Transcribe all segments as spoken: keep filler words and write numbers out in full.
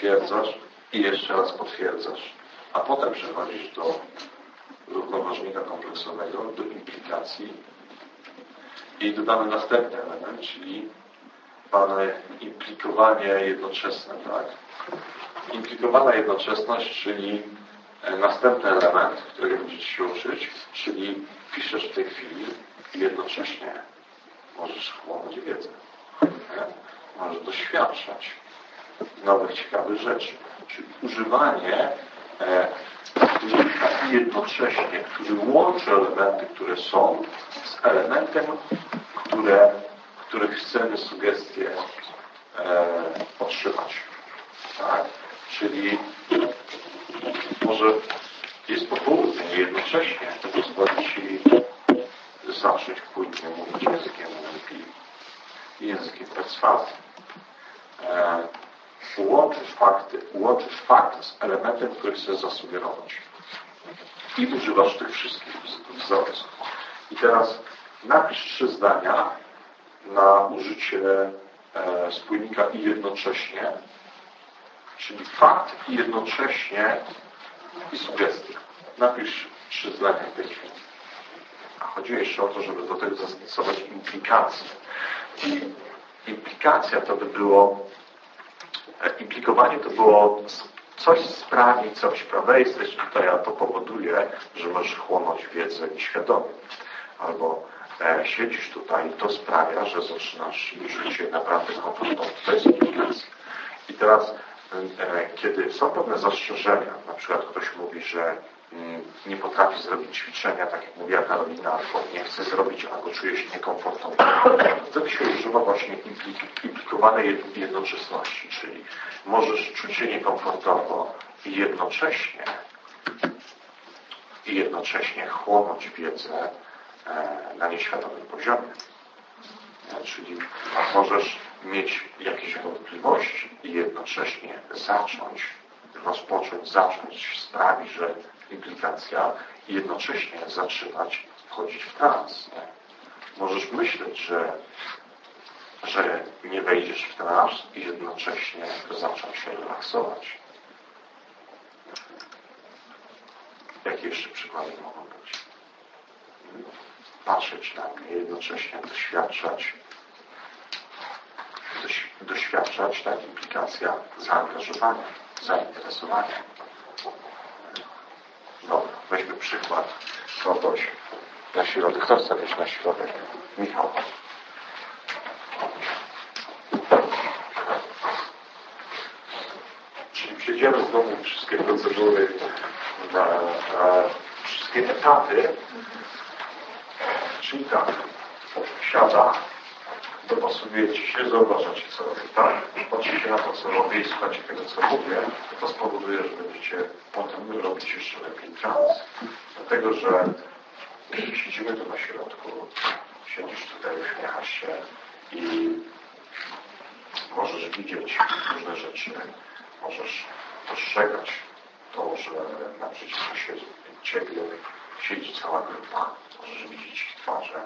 potwierdzasz i jeszcze raz potwierdzasz. A potem przechodzisz do równoważnika kompleksowego, do implikacji i dodamy następny element, czyli mamy implikowanie jednoczesne, tak? Implikowana jednoczesność, czyli następny element, którego będziecie się uczyć, czyli piszesz w tej chwili i jednocześnie możesz chłonąć wiedzę. Nie? Możesz doświadczać nowych, ciekawych rzeczy. Czyli używanie e, jednocześnie, który łączy elementy, które są, z elementem, które, których chcemy sugestie e, otrzymać. Tak? Czyli może jest to południe jednocześnie, to pozwoli Ci zacząć płynnie mówić językiem nauki i językiem perswazji. E, Łączysz fakty, łączysz fakt z elementem, który chcesz zasugerować. I używasz tych wszystkich wzorców. I teraz napisz trzy zdania na użycie e, spójnika i jednocześnie, czyli fakt i jednocześnie i sugestia. Napisz trzy zdania w tej chwili. A chodzi jeszcze o to, żeby do tego zastosować implikację. I implikacja to by było implikowanie to było coś sprawić, coś, prawda? Jesteś tutaj, a to powoduje, że możesz chłonąć wiedzę nieświadomie. Albo e, siedzisz tutaj i to sprawia, że zaczynasz życie naprawdę komfortowo. To jest implikacja. I teraz, e, kiedy są pewne zastrzeżenia, na przykład ktoś mówi, że mm, nie potrafi zrobić ćwiczenia, tak jak mówiła Karolina, albo nie chce zrobić, albo czuje się niekomfortowo, wtedy się używa właśnie implik- implikowanej jednoczesności, czyli możesz czuć się niekomfortowo i jednocześnie i jednocześnie chłonąć wiedzę e, na nieświadomym poziomie. E, czyli możesz mieć jakieś wątpliwości i jednocześnie zacząć, rozpocząć, zacząć sprawić, że implikacja i jednocześnie zaczynać wchodzić w trans. Nie? Możesz myśleć, że, że nie wejdziesz w trans i jednocześnie zacząć się relaksować. Jakie jeszcze przykłady mogą być? Patrzeć na mnie, jednocześnie doświadczać, doś, doświadczać, tak, implikacja zaangażowania, zainteresowania. Dobra, weźmy przykład kogoś na środek. Kto chce wejść na środek? Michał. Czyli przejdziemy znowu wszystkie procedury, na, na wszystkie etapy. Czyli tak, siada, dopasujecie się, zauważacie, co robię, tak? Patrzycie na to, co robię i słuchacie tego, co mówię, to spowoduje, że będziecie potem robić jeszcze lepiej trans. Dlatego, że jeśli siedzimy tu na środku, siedzisz tutaj, uśmiechasz się i możesz widzieć różne rzeczy, możesz dostrzegać to, że naprzeciwko się Ciebie siedzi cała grupa, możesz widzieć ich twarze,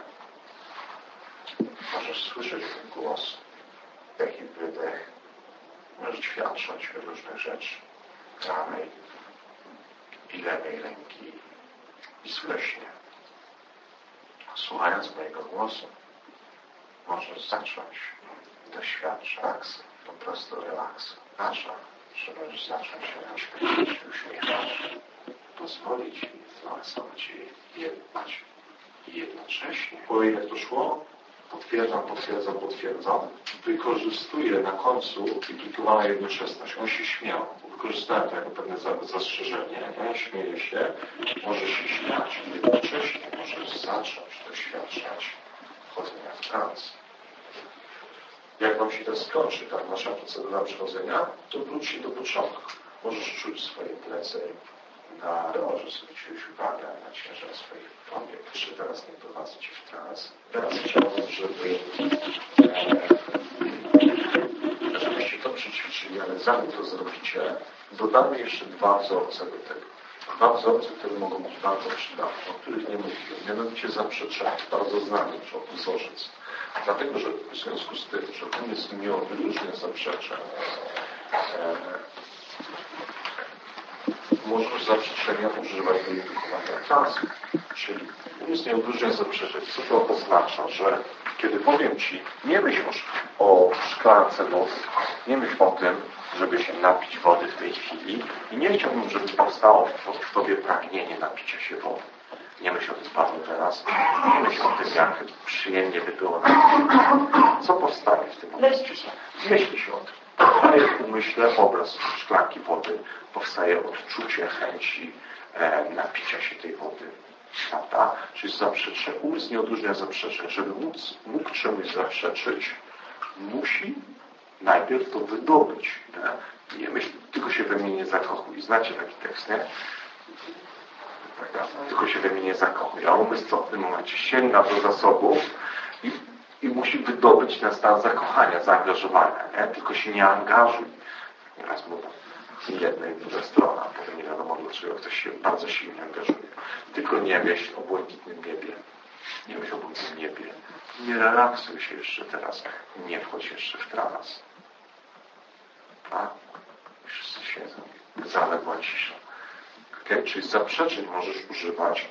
możesz słyszeć ten głos, jaki wydech, możesz świadczyć różnych rzeczy prawej i lewej ręki i słusznie. Słuchając mojego głosu, możesz zacząć doświadczać po prostu relaksu. Nasza, że możesz zacząć się uśmiechać, uśmiechać, pozwolić zrelaksować i jednać. I jednocześnie, po ile to szło, potwierdzam, potwierdzam, potwierdzam, wykorzystuję na końcu implikowana jednoczesność. On się śmiał. Wykorzystałem to jako pewne zastrzeżenie. Ja śmieję się, możesz się śmiać i jednocześnie możesz zacząć doświadczać wchodzenia w trans. Jak Wam się to skończy, ta nasza procedura przechodzenia, to wróćcie do początku. Możesz czuć swoje plecy, na, możesz sobie czuć uwagę na ciężar swoich powiek. Jeszcze teraz nie prowadzę Cię w trans. Teraz chciałbym, żeby e, żebyście to przećwiczyli, ale zanim to zrobicie, dodamy jeszcze dwa wzorce do tego. Dwa wzorce, które mogą być bardzo przydatne, o których nie mówiłem. Mianowicie zaprzeczenie, bardzo znany wzorzec. Dlatego, że w związku z tym, że umysł nie odróżnia zaprzeczeń, e, możesz zaprzeczenia używać do indukowania transu. Czyli umysł nie odróżnia zaprzeczeń. Co to oznacza? Że kiedy powiem Ci, nie myśl o szklance wody, nie myśl o tym, żeby się napić wody w tej chwili i nie chciałbym, żeby powstało w Tobie pragnienie napicia się wody. Nie myśl o tym Panu teraz, nie myśl o tym, jak przyjemnie by było napić. Co powstanie w tym momencie? Myśli się o tym. Ale w umyśle obraz szklanki wody, powstaje odczucie chęci e, napicia się tej wody. Prawda? Czyli zaprzecze, umysł nie odróżnia zaprzeczeń. Żeby móc, mógł czemuś zaprzeczyć, musi najpierw to wydobyć. Nie, nie myśl, tylko się we mnie nie zakochuj. Znacie taki tekst, nie? Tak, tylko się we mnie nie zakochuj. A umysł co w tym momencie sięga do zasobów i, i musi wydobyć ten stan zakochania, zaangażowania. Nie? Tylko się nie angażuj. Nieraz mówię. Jedna i druga strona, potem nie wiadomo dlaczego ktoś się bardzo silnie angażuje. Tylko nie myśl o błękitnym niebie. Nie myśl o błękitnym niebie. Nie relaksuj się jeszcze teraz. Nie wchodź jeszcze w trans. A? Wszyscy siedzą. Zaległa cisza. Okay? Czyli zaprzeczeń możesz używać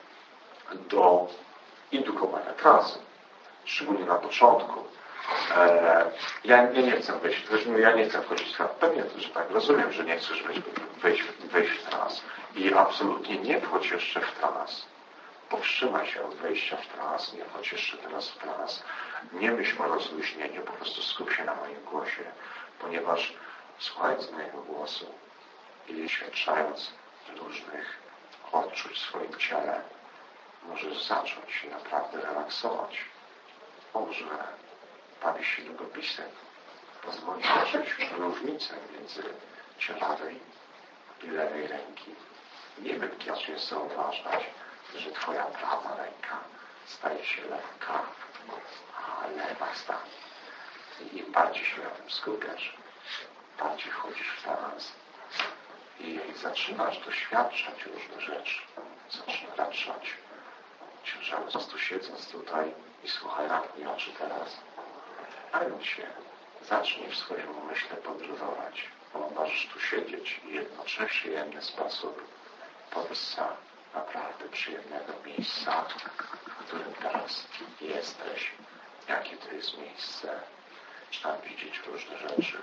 do indukowania transu. Szczególnie na początku. E, ja, ja nie chcę wejść, ja nie chcę wchodzić w trans. Pewnie, że tak, rozumiem, że nie chcesz wejść, wejść, wejść w trans. I absolutnie nie wchodź jeszcze w trans. Powstrzymaj się od wejścia w trans, nie wchodź jeszcze teraz w trans. Nie myśl o rozluźnieniu, po prostu skup się na moim głosie, ponieważ słuchając mojego głosu i doświadczając różnych odczuć w swoim ciele, możesz zacząć się naprawdę relaksować. Może bawi się długopisem, pozwoli zobaczyć różnicę między cielawej i lewej ręki. Nie wiem, kiedy zauważać, że Twoja prawa ręka staje się lekka, a lewa stanie. I im bardziej się na tym skupiasz, bardziej wchodzisz w trans i zaczynasz doświadczać różne rzeczy. Zaczynasz raczać ciężaru. Po prostu siedząc tutaj i słuchaj, zamknij oczy teraz. Zająć się. Zacznij w swoim umyśle podróżować. Możesz tu siedzieć i jednocześnie w przyjemny sposób podejścia naprawdę przyjemnego miejsca, w którym teraz jesteś. Jakie to jest miejsce. Trzeba widzieć różne rzeczy.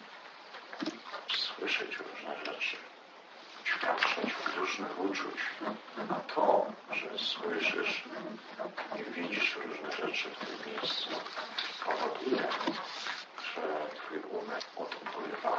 Słyszeć różne rzeczy. Świadczyć różnych uczuć. A to, że słyszysz i widzisz różne rzeczy w tym miejscu, powoduje, że Twój umysł odpływa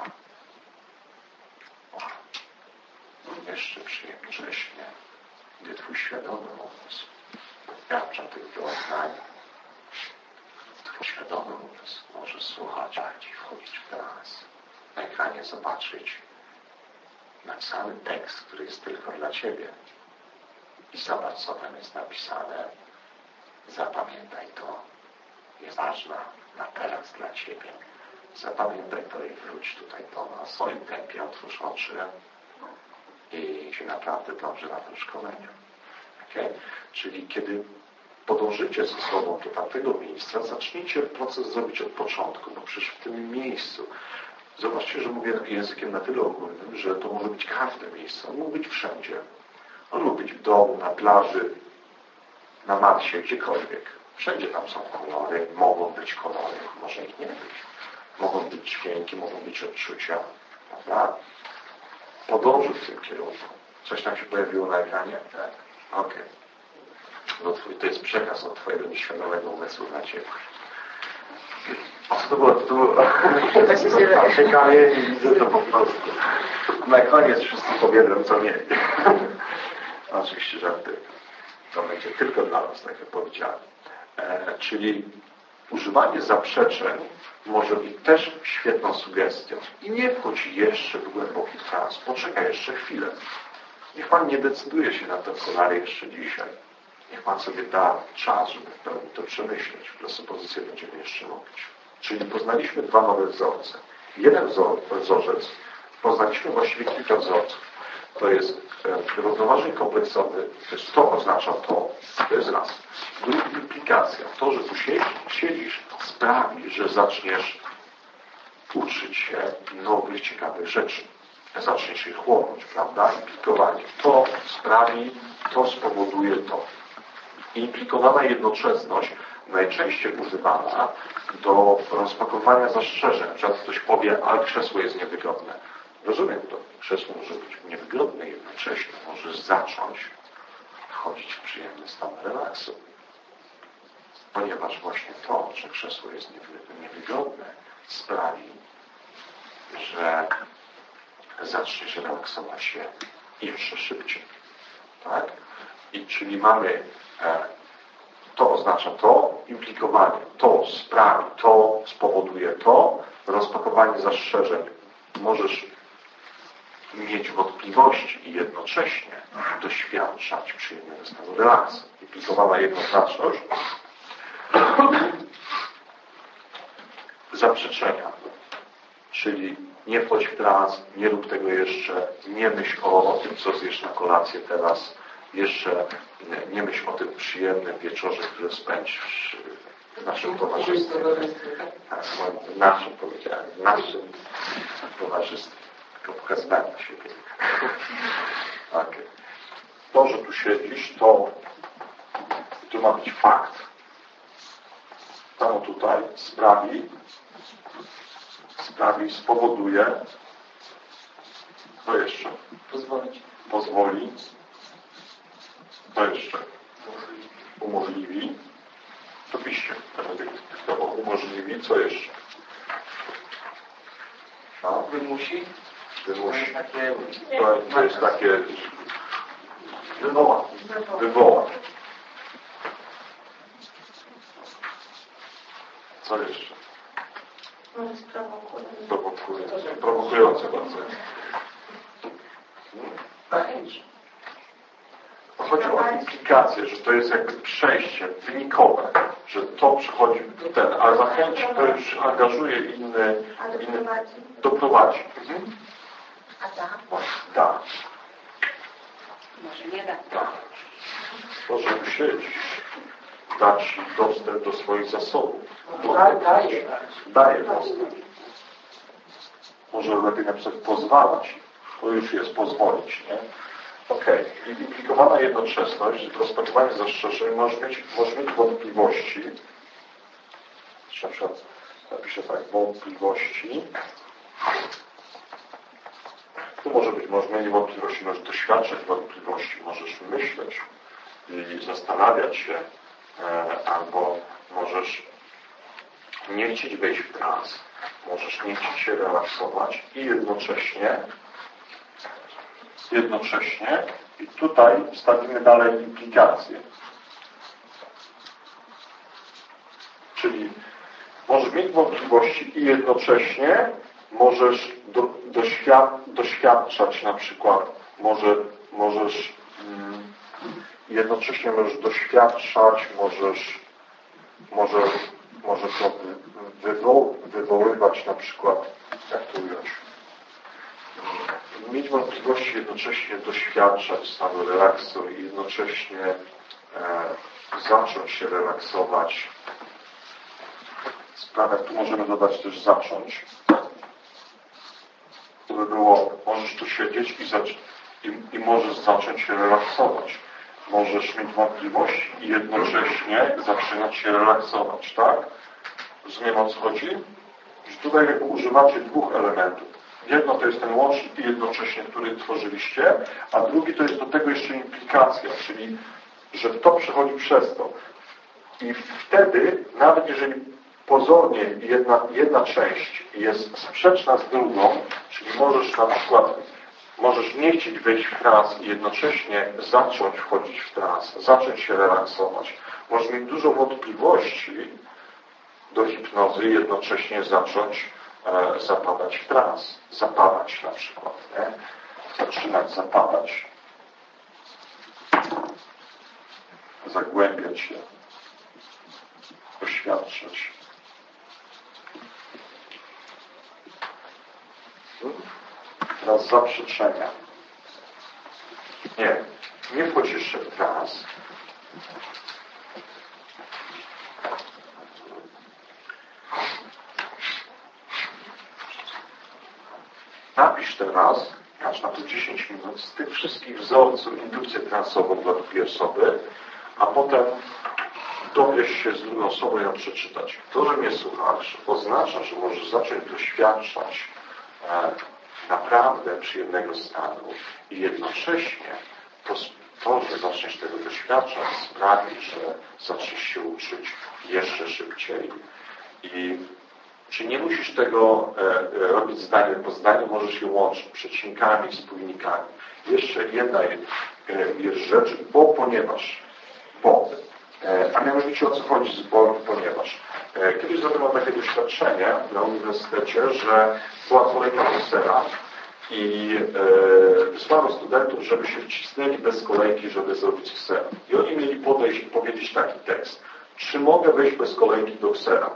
jeszcze przyjemnie, gdy Twój świadomy umysł doświadcza tych doznań. Twój świadomy umysł może słuchać, bardziej wchodzić w trans. Na ekranie zobaczyć napisany tekst, który jest tylko dla Ciebie. I zobacz, co tam jest napisane. Zapamiętaj to. Jest ważna na teraz dla Ciebie. Zapamiętaj to i wróć tutaj do nas. W swoim tempie otwórz oczy i się naprawdę dobrze na tym szkoleniu. Okay? Czyli kiedy podążycie ze sobą do tamtego miejsca, zacznijcie proces zrobić od początku, bo przecież w tym miejscu zobaczcie, że mówię językiem na tyle ogólnym, że to może być każde miejsce. On mógł być wszędzie. On mógł być w domu, na plaży, na Marsie, gdziekolwiek. Wszędzie tam są kolory, mogą być kolory, może ich nie być. Mogą być dźwięki, mogą być odczucia. Prawda? Podąży w tym kierunku. Coś tam się pojawiło na ekranie? Tak. Okej. Okay. No, to jest przekaz od Twojego nieświadomego umysłu dla Ciebie. O, to było, to było ciekawie i widzę to po prostu. Na koniec wszyscy powiedzą, co mieli. Oczywiście żarty. To będzie tylko dla nas, tak jak powiedziałem. E, czyli używanie zaprzeczeń może być też świetną sugestią. I nie wchodź jeszcze w głęboki trans. Poczekaj jeszcze chwilę. Niech Pan nie decyduje się na te okulary jeszcze dzisiaj. Niech Pan sobie da czas, żeby w pełni to przemyśleć. Presupozycję będziemy jeszcze mówić. Czyli poznaliśmy dwa nowe wzorce. Jeden wzor, wzorzec, poznaliśmy właściwie kilka wzorców. To jest e, równoważnik kompleksowy, to jest to oznacza to, to jest raz. Drugi implikacja, to, że tu siedzi, siedzi sprawi, że zaczniesz uczyć się nowych, ciekawych rzeczy. Zaczniesz je chłonąć, prawda? Implikowanie. To sprawi, to spowoduje to. Implikowana jednoczesność najczęściej używana do rozpakowania zastrzeżeń. Na przykład ktoś powie, ale krzesło jest niewygodne. Rozumiem to. Krzesło może być niewygodne jednocześnie. Możesz zacząć wchodzić w przyjemny stan relaksu. Ponieważ właśnie to, że krzesło jest niewygodne, sprawi, że zaczniesz relaksować się jeszcze szybciej. Tak? I czyli mamy, e, to oznacza to, implikowanie, to sprawi, to spowoduje to, rozpakowanie zastrzeżeń. Możesz mieć wątpliwości i jednocześnie doświadczać przyjemnego stanu relaksu. Implikowana jednoznaczność zaprzeczenia, czyli nie wchodź w trans, nie rób tego jeszcze, nie myśl o, o tym, co zjesz na kolację teraz, jeszcze nie, nie myśl o tym przyjemnym wieczorze, który spędzisz w naszym towarzystwie. W naszym, powiedziałem, w naszym towarzystwie. Tylko pokazywałem na siebie. Tak. To, że tu siedzisz, to, to ma być fakt. Tam tutaj sprawi, sprawi, spowoduje, co jeszcze? Pozwolić. Pozwoli, co jeszcze? Umożliwi. To piszcie, to umożliwi, co jeszcze? No. Wymusi. Wymusi. Takie... To, to jest takie wywoła. Wywoła. Co jeszcze? Może sprowokuje. Prowokuje. Prowokujące bardzo. Chodzi o implikację, że to jest jakby przejście wynikowe, że to przychodzi ten, ale zachęci, to już angażuje inny, Ale inny doprowadzi. doprowadzi. Mhm. A tak? Da. Może nie da. Da. To, żeby siedzieć, dać dostęp do swoich zasobów. Daje, daje. Daje dostęp. Może lepiej na przykład pozwalać. To już jest pozwolić, nie? Okej. Okay. Implikowana jednoczesność, rozpatrywanie zastrzeżeń, może mieć, może mieć wątpliwości. Na przykład napiszę tak, wątpliwości. Tu może być, możesz mieć wątpliwości, możesz doświadczać wątpliwości, możesz myśleć i zastanawiać się, e, albo możesz nie chcieć wejść w trans, możesz nie chcieć się relaksować i jednocześnie jednocześnie i tutaj wstawimy dalej implikacje. Czyli możesz mieć wątpliwości i jednocześnie możesz do, doświad, doświadczać na przykład, może, możesz mm, jednocześnie możesz doświadczać, możesz może, może to wywo, wywoływać na przykład, jak to ująć, mieć wątpliwości, jednocześnie doświadczać stanu relaksu i jednocześnie e, zacząć się relaksować. Sprawia, tu możemy dodać też zacząć. To by było, możesz tu siedzieć i, zac- i, i możesz zacząć się relaksować. Możesz mieć wątpliwości i jednocześnie zaczynać się relaksować, tak? Rozumiem, o co chodzi? Że tutaj używacie dwóch elementów. Jedno to jest ten łącznik i jednocześnie, który tworzyliście, a drugi to jest do tego jeszcze implikacja, czyli że to przechodzi przez to. I wtedy, nawet jeżeli pozornie jedna, jedna część jest sprzeczna z drugą, czyli możesz na przykład, możesz nie chcieć wejść w trans i jednocześnie zacząć wchodzić w trans, zacząć się relaksować. Możesz mieć dużo wątpliwości do hipnozy i jednocześnie zacząć e, zapadać w trans. Zapadać na przykład, nie? Zaczynać zapadać. Zagłębiać się. Doświadczać. Teraz zaprzeczenia. Nie, nie wchodź jeszcze w trans. napisz teraz, masz na to dziesięć minut, z tych wszystkich wzorców indukcję transową dla drugiej osoby, a potem dowiesz się z drugą osobą ją przeczytać. To, że mnie słuchasz, oznacza, że możesz zacząć doświadczać e, naprawdę przyjemnego stanu i jednocześnie to, to, że zaczniesz tego doświadczać, sprawi, że zaczniesz się uczyć jeszcze szybciej. I czy nie musisz tego e, robić zdanie po zdaniu, możesz je łączyć przecinkami, spójnikami. Jeszcze jedna e, jest rzecz, bo ponieważ, bo, e, a mianowicie o co chodzi z bo, ponieważ. E, kiedyś zrobiłem takie doświadczenie na uniwersytecie, że była kolejka do sera i e, wysłano studentów, żeby się wcisnęli bez kolejki, żeby zrobić ksera. I oni mieli podejść i powiedzieć taki tekst. Czy mogę wejść bez kolejki do ksera?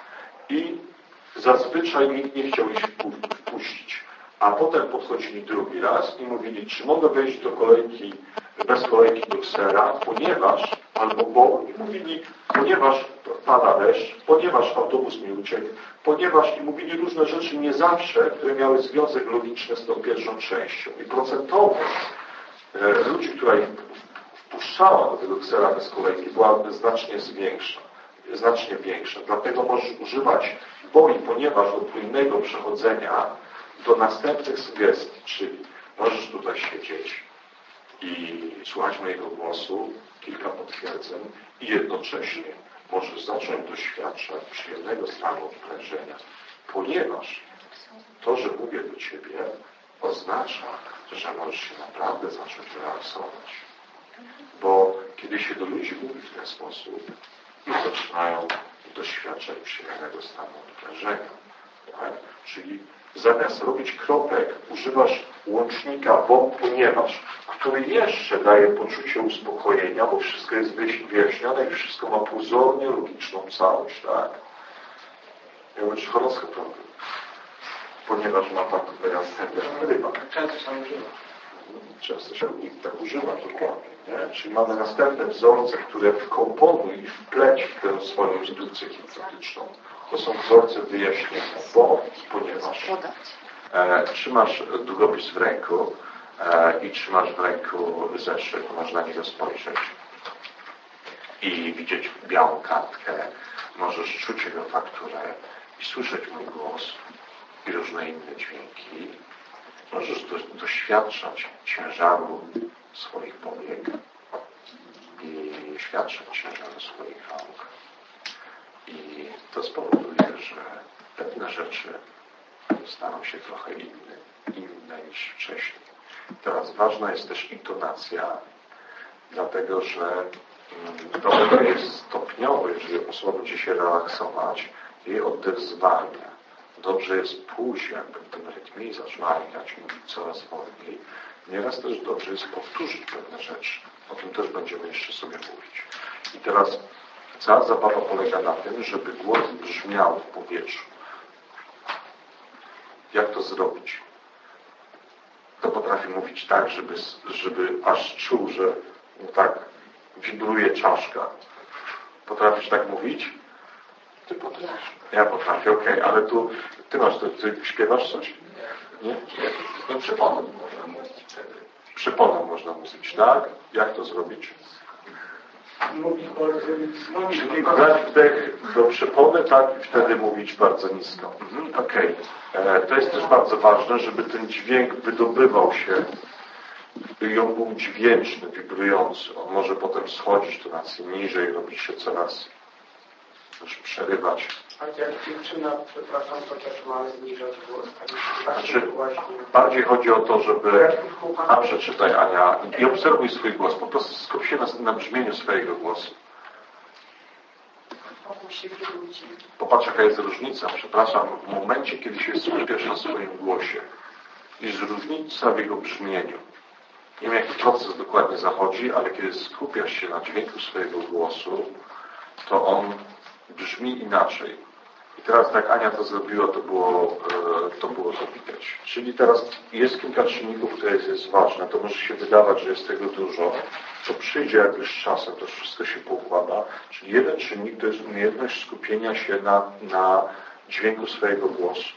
I zazwyczaj nikt nie chciał ich wpuścić. A potem podchodzili drugi raz i mówili, czy mogę wejść do kolejki, bez kolejki do ksera, ponieważ, albo bo, i mówili, ponieważ pada deszcz, ponieważ autobus mi uciekł, ponieważ, i mówili różne rzeczy nie zawsze, które miały związek logiczny z tą pierwszą częścią. I procentowo e, ludzi, która ich wpuszczała do tego ksera bez kolejki, była znacznie większa. znacznie większa. Dlatego możesz używać bo i ponieważ do płynnego przechodzenia do następnych sugestii, czyli możesz tutaj siedzieć i słuchać mojego głosu, kilka potwierdzeń i jednocześnie możesz zacząć doświadczać przyjemnego stanu odprężenia, ponieważ to, że mówię do Ciebie, oznacza, że możesz się naprawdę zacząć relaksować. Bo kiedy się do ludzi mówi w ten sposób, i zaczynają doświadczać przyjemnego stanu odprężenia. Tak? Czyli zamiast robić kropek, używasz łącznika bo, ponieważ, który jeszcze daje poczucie uspokojenia, bo wszystko jest wyjaśnione i wszystko ma pozornie logiczną całość. Tak? Ja mówię, czy horoskop robię? Ponieważ ma tak ascendent ryba. Często się używa. Często się nikt tak używa dokładnie. Nie? Czyli mamy następne wzorce, które wkomponuj i wpleć w tę swoją indukcję hipnotyczną. To są wzorce wyjaśnienia, bo, ponieważ e, trzymasz długopis w ręku e, i trzymasz w ręku zeszyt, możesz na niego spojrzeć i widzieć białą kartkę, możesz czuć jego fakturę i słyszeć mój głos i różne inne dźwięki. Możesz do, doświadczać ciężaru swoich powiek i świadczyć ciężaru swoich rąk. I to spowoduje, że pewne rzeczy staną się trochę inne, inne niż wcześniej. Teraz ważna jest też intonacja, dlatego że to jest stopniowe, jeżeli osoba będzie się relaksować, jej oddech zwalnia. Dobrze jest pójść jakby w tym rytmie i zaczynać mówić coraz wolniej. Nieraz też dobrze jest powtórzyć pewne rzeczy. O tym też będziemy jeszcze sobie mówić. I teraz cała zabawa polega na tym, żeby głos brzmiał w powietrzu. Jak to zrobić? Kto potrafi mówić tak, żeby, żeby aż czuł, że no tak wibruje czaszka. Potrafisz tak mówić? Ty potrafisz. Ja potrafię, okej, okay, ale tu ty masz, ty, ty śpiewasz coś? Nie? No przyponem można mówić wtedy. Przyponem można mówić, tak? Jak to zrobić? Mówić bardzo Czyli dać wdech do przypony, tak? I wtedy mówić bardzo nisko. Mhm, okej. Okay. To jest też bardzo ważne, żeby ten dźwięk wydobywał się i on był dźwięczny, wibrujący. On może potem schodzić tonacji niżej, robić się coraz już przerywać. A jak dziewczyna, przepraszam, to też ma zniżać głos. Tak znaczy, właśnie... bardziej chodzi o to, żeby... A przeczytaj, Ania, i obserwuj swój głos. Po prostu skup się na, na brzmieniu swojego głosu. Popatrz, jaka jest różnica, przepraszam, w momencie, kiedy się skupiasz na swoim głosie. Jest różnica w jego brzmieniu. Nie wiem, jaki proces dokładnie zachodzi, ale kiedy skupiasz się na dźwięku swojego głosu, to on brzmi inaczej. I teraz jak Ania to zrobiła, to było, to było to widać. Czyli teraz jest kilka czynników, które jest, jest ważne. To może się wydawać, że jest tego dużo. To przyjdzie jakoś czasem, to wszystko się poukłada. Czyli jeden czynnik to jest umiejętność skupienia się na, na dźwięku swojego głosu.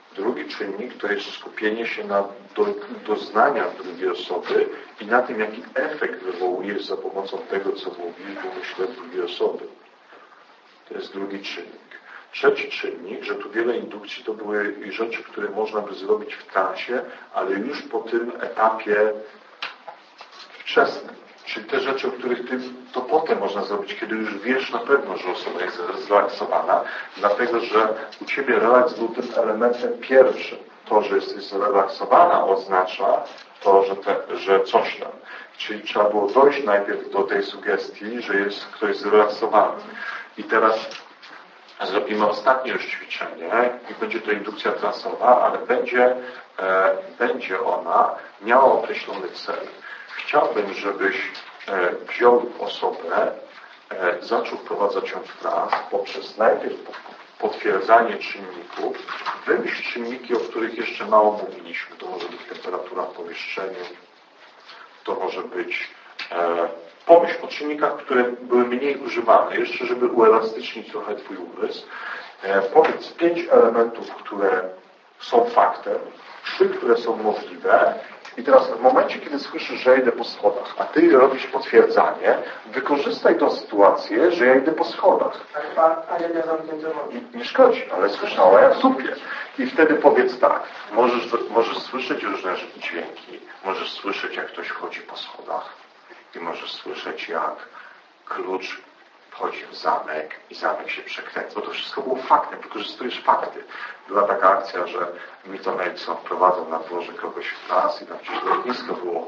Drugi czynnik to jest skupienie się na do, doznania drugiej osoby i na tym, jaki efekt wywołujesz za pomocą tego, co mówisz w umyśle drugiej osoby. To jest drugi czynnik. Trzeci czynnik, że tu wiele indukcji to były rzeczy, które można by zrobić w transie, ale już po tym etapie wczesnym. Czyli te rzeczy, o których ty, to potem można zrobić, kiedy już wiesz na pewno, że osoba jest zrelaksowana, dlatego że u ciebie relaks był tym elementem pierwszym. To, że jesteś zrelaksowana, oznacza to, że, te, że coś tam. Czyli trzeba było dojść najpierw do tej sugestii, że jest ktoś zrelaksowany. I teraz zrobimy ostatnie już ćwiczenie i będzie to indukcja transowa, ale będzie, e, będzie ona miała określony cel. Chciałbym, żebyś e, wziął osobę, e, zaczął wprowadzać ją w trans poprzez najpierw potwierdzanie czynników. Wymyśl czynniki, o których jeszcze mało mówiliśmy. To może być temperatura w pomieszczeniu, to może być e, pomyśl o czynnikach, które były mniej używane, jeszcze żeby uelastycznić trochę twój umysł. E, powiedz pięć elementów, które są faktem, trzy, które są możliwe. I teraz w momencie, kiedy słyszysz, że ja idę po schodach, a ty robisz potwierdzanie, wykorzystaj tą sytuację, że ja idę po schodach. Ale nie zamknięte oczy. Nie szkodzi, ale słyszała jak tupie. I wtedy powiedz tak, możesz, możesz słyszeć różne dźwięki, możesz słyszeć, jak ktoś wchodzi po schodach i możesz słyszeć, jak klucz wchodzi w zamek i zamek się przekręca. Bo to wszystko było faktem, wykorzystujesz fakty. Była taka akcja, że Milton Erickson wprowadzał na dworze kogoś w nas i tam gdzieś lotnisko było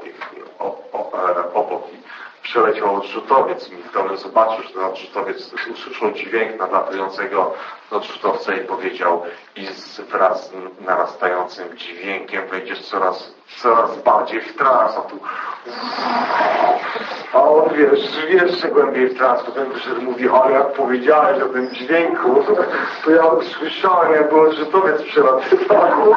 obok i przeleciał odrzutowiec. Milton zobaczył, że ten odrzutowiec usłyszał dźwięk nadlatującego odrzutowca i powiedział i wraz z narastającym dźwiękiem wejdziesz coraz, coraz bardziej w trans. A tu a on wiesz, jeszcze głębiej w trans. Potem wyszedł mówi, ale jak powiedziałeś o tym dźwięku, to ja usłyszałem, jak był odrzutowiec przelatywał.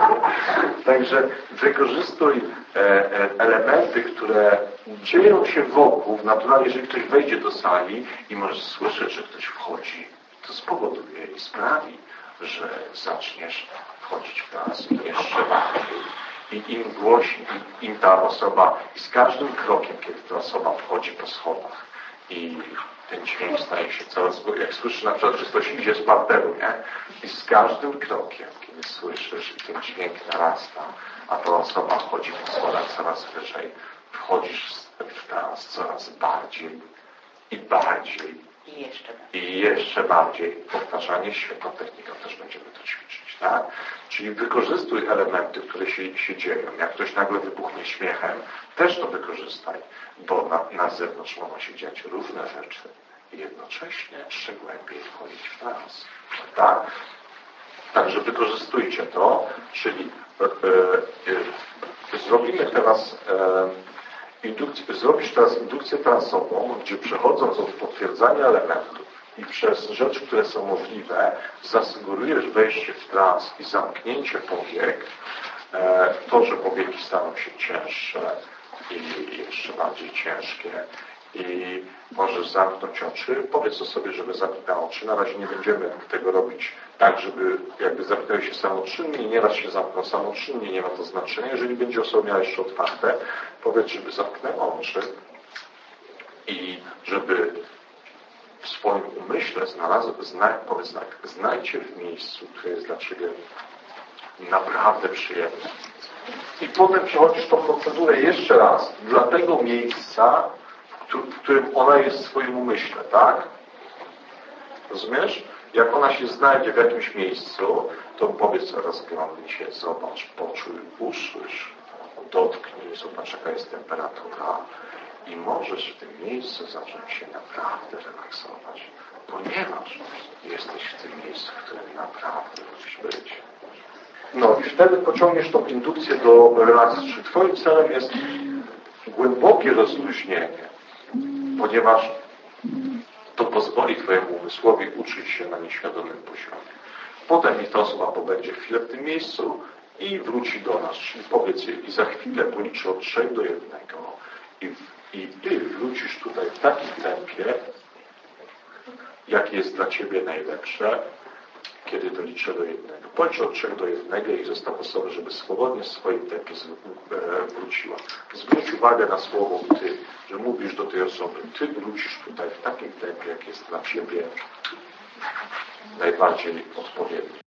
Także wykorzystuj e, e, elementy, które dzieją się wokół, naturalnie, jeżeli ktoś wejdzie do sali i możesz słyszeć, że ktoś wchodzi, to spowoduje i sprawi, że zaczniesz wchodzić w trans jeszcze bardziej. I im głośniej, im ta osoba, i z każdym krokiem, kiedy ta osoba wchodzi po schodach i ten dźwięk staje się coraz, jak słyszysz na przykład, że ktoś idzie z parteru, nie? I z każdym krokiem, kiedy słyszysz i ten dźwięk narasta, a ta osoba wchodzi po schodach coraz wyżej, wchodzisz w trans coraz bardziej i bardziej. I jeszcze bardziej. I jeszcze bardziej powtarzanie, świetną techniką też będziemy to ćwiczyć, tak? Czyli wykorzystuj elementy, które się, się dzieją. Jak ktoś nagle wybuchnie śmiechem, też to wykorzystaj, bo na, na zewnątrz mogą się dziać różne rzeczy i jednocześnie jeszcze głębiej wchodzić w trans, tak? Także wykorzystujcie to, czyli e, e, zrobimy teraz e, Indukcję, zrobisz teraz indukcję transową, gdzie przechodząc od potwierdzania elementów i przez rzeczy, które są możliwe, zasugerujesz wejście w trans i zamknięcie powiek, e, to, że powieki staną się cięższe i jeszcze bardziej ciężkie i możesz zamknąć oczy. Powiedz o sobie, żeby zamknęła oczy. Na razie nie będziemy tego robić tak, żeby jakby zamknęły się samoczynnie i nieraz się zamkną samoczynnie, nie ma to znaczenia. Jeżeli będzie osoba miała jeszcze otwarte, powiedz, żeby zamknęła oczy i żeby w swoim umyśle znalazł, zna, powiedz tak, znajdźcie w miejscu, które jest dla Ciebie naprawdę przyjemne. I potem przechodzisz tą procedurę jeszcze raz dla tego miejsca, w którym ona jest w swoim umyśle, tak? Rozumiesz? Jak ona się znajdzie w jakimś miejscu, to powiedz, rozglądnij się, zobacz, poczuj, usłysz, dotknij, zobacz, jaka jest temperatura i możesz w tym miejscu zacząć się naprawdę relaksować, ponieważ jesteś w tym miejscu, w którym naprawdę musisz być. No i wtedy pociągniesz tą indukcję do relacji. Czyli Twoim celem jest głębokie rozluźnienie, ponieważ to pozwoli Twojemu umysłowi uczyć się na nieświadomym poziomie. Potem i ta osoba pobędzie chwilę w tym miejscu i wróci do nas, czyli powiedz jej i za chwilę policzy od trzech do jednego i, i Ty wrócisz tutaj w takim tempie, jakie jest dla Ciebie najlepsze kiedy doliczę do jednego. Policz od trzech do jednego i zostaw osobę, żeby swobodnie w swoim tempie wróciła. Zwróć uwagę na słowo ty, że mówisz do tej osoby, ty wrócisz tutaj w takim tempie, jak jest dla ciebie najbardziej odpowiedni.